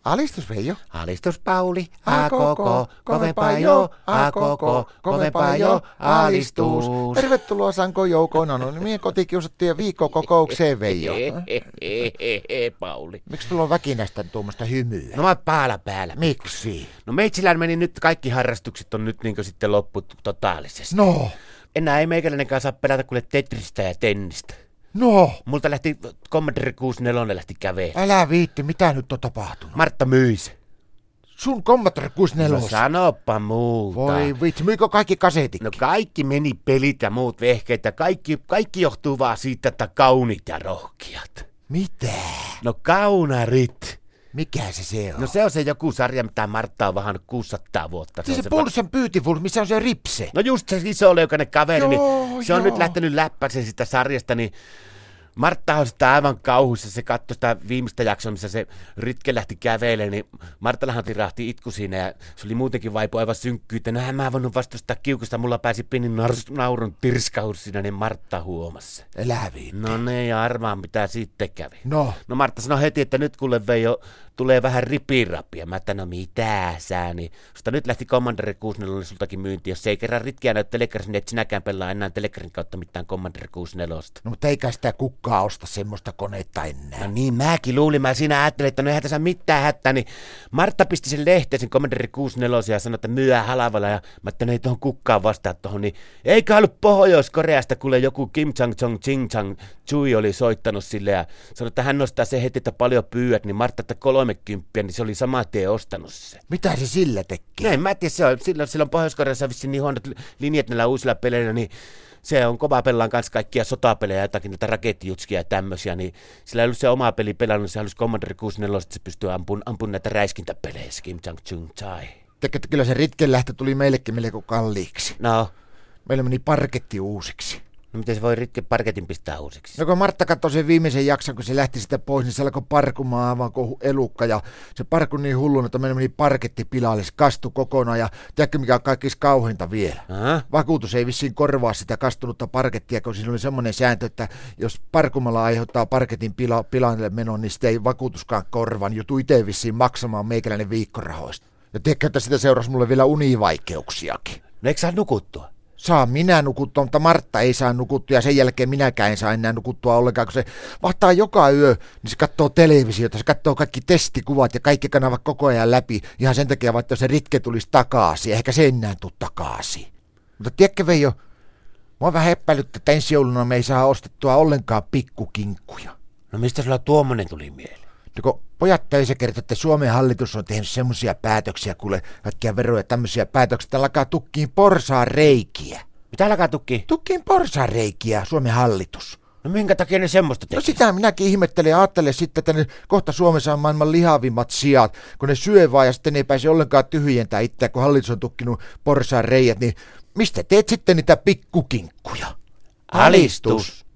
Alistus Veijo. Alistus Pauli, a koko, kovempaa jo, a koko, kovempaa jo, alistus. Tervetuloa Sanko Joukoon anonymien kotikiusattujen viikkokokoukseen Veijo. Pauli. Miksi sulla on väkinäistä tuommoista hymyä? No mä oon päällä. Miksi? No meitsillään meni nyt kaikki harrastukset on nyt niinkö sitten loppu totaalisesti. No. Enää ei meikäläinen saa pelata kuule Tetristä ja tennistä. No. Multa lähti Commodore 64 lähti kävelemään. Älä viitti, mitä nyt on tapahtunut? Martta myi se. Sun Commodore 64. No sanoppa muuta. Voi vitsi, myikö kaikki kasetit? No kaikki meni pelit ja muut vehkeet ja kaikki johtuu vaan siitä, että kauniit ja rohkeat. Mitä? No kaunarit. Mikä se on? No se on se joku sarja, mitä Martta on vahannut 600 vuotta. Siis se Pulse and Beautiful, missä on se ripse. No just se isoleukainen kaveri, Joo, niin se on nyt lähtenyt läppäkseen sitä sarjasta, niin Martta on sitä aivan kauhuissa. Se katsoi sitä viimeistä jaksoa, missä se Ritke lähti kävelemään, niin Martallahan tirahti itku siinä ja se oli muutenkin vaipu aivan synkkyyttä. No mä en voinut vastustaa kiukusta, mulla pääsi pieni naurun tirskaus siinä, niin Martta huomasi. Älä viitti. No ne ja arvaan mitä sitten kävi. No Martta sanoi heti, että nyt kuule Veijo tulee vähän ripirappia. Mä että no mitä sä, niin susta nyt lähti Commodore 64 niin sultakin myynti. Jos ei kerran Ritkeä näy telekkarissa, niin et sinäkään pelaa enää telekkarin kautta mitään Commodore 64. No mutta eikä sitä kukaan osta semmoista koneetta enää. No niin, mäkin luulin. Mä siinä ajattelin, että no eihän tässä mitään hätää, niin Martta pisti sen lehteen, sen Commodore 64 ja sanoi, että myyä halavalla. Ja mä että no ei tuohon kukaan vastaa tuohon, niin eikä ollut Pohjois-Koreasta, kuule joku Kim Chang-chong Ching Chang Chui oli soittanut sille ja sanoi, että hän nostaa se heti, että paljon pyydät, niin Martta, että 30, niin se oli saman tien ostanut se. Mitä se sillä tekee? No en mä tiedä, se on, silloin Pohjois-Koreassa vissiin niin huonot linjat näillä uusilla peleillä, niin se on kova pelaan kanssa kaikkia sotapelejä, jotakin näitä rakettijutskia ja tämmöisiä, niin sillä ei ollut se oma peli pelannut, se halusi Commodore 64, että se pystyy ampumaan näitä räiskintäpelejä, Kim Chang-chung Chai. Teikö, kyllä se Ritken lähtö tuli meillekin melko kalliiksi. No. Meillä meni parketti uusiksi. No miten se voi Ritken parketin pistää uusiksi? No kun Martta katsoi sen viimeisen jakson, kun se lähti sitä pois, niin se alkoi parkumaan aivan kuin elukka. Ja se parkui niin hulluna, että meillä meni parketti pilalle, se kastui kokonaan. Ja tiedätkö mikä on kaikista kauheinta vielä? Aha. Vakuutus ei vissiin korvaa sitä kastunutta parkettia, kun siinä oli semmoinen sääntö, että jos parkumalla aiheuttaa parketin pilalle menon, niin sitä ei vakuutuskaan korvaa. Niin joutuu itse vissiin maksamaan meikäläinen viikkorahoista. Ja tiedätkö, että sitä seurasi mulle vielä univaikeuksiakin. No eikö saa nukuttua? Saa minä nukuttua, mutta Martta ei saa nukuttua ja sen jälkeen minäkään en saa enää nukuttua ollenkaan, kun se vahtaa joka yö, niin se katsoo televisiota, se katsoo kaikki testikuvat ja kaikki kanavat koko ajan läpi, ihan sen takia, vaikka se Ritke tulisi takaisin, ehkä se enää tule takaisin. Mutta tiedätkö Veijo, mua vähän epäilyttä, että ensi jouluna me ei saa ostettua ollenkaan pikkukinkkuja. No mistä sulla tuommoinen tuli mieleen? No kun pojat töissä kertoo, että Suomen hallitus on tehnyt semmoisia päätöksiä, kuule kaikkia veroja tämmöisiä päätöksiä, että alkaa tukkiin porsaan reikiä. Mitä alkaa tukkiin? Tukkiin porsaan reikiä, Suomen hallitus. No minkä takia ne semmoista No tekee? sitä minäkin ihmettelen ja ajattelen sitten, että ne kohta Suomessa on maailman lihavimmat sijat, kun ne syö vaan ja sitten ei pääse ollenkaan tyhjentää itseä, kun hallitus on tukkinut porsaan reijät, niin mistä teet sitten niitä pikkukinkkuja? Alistus!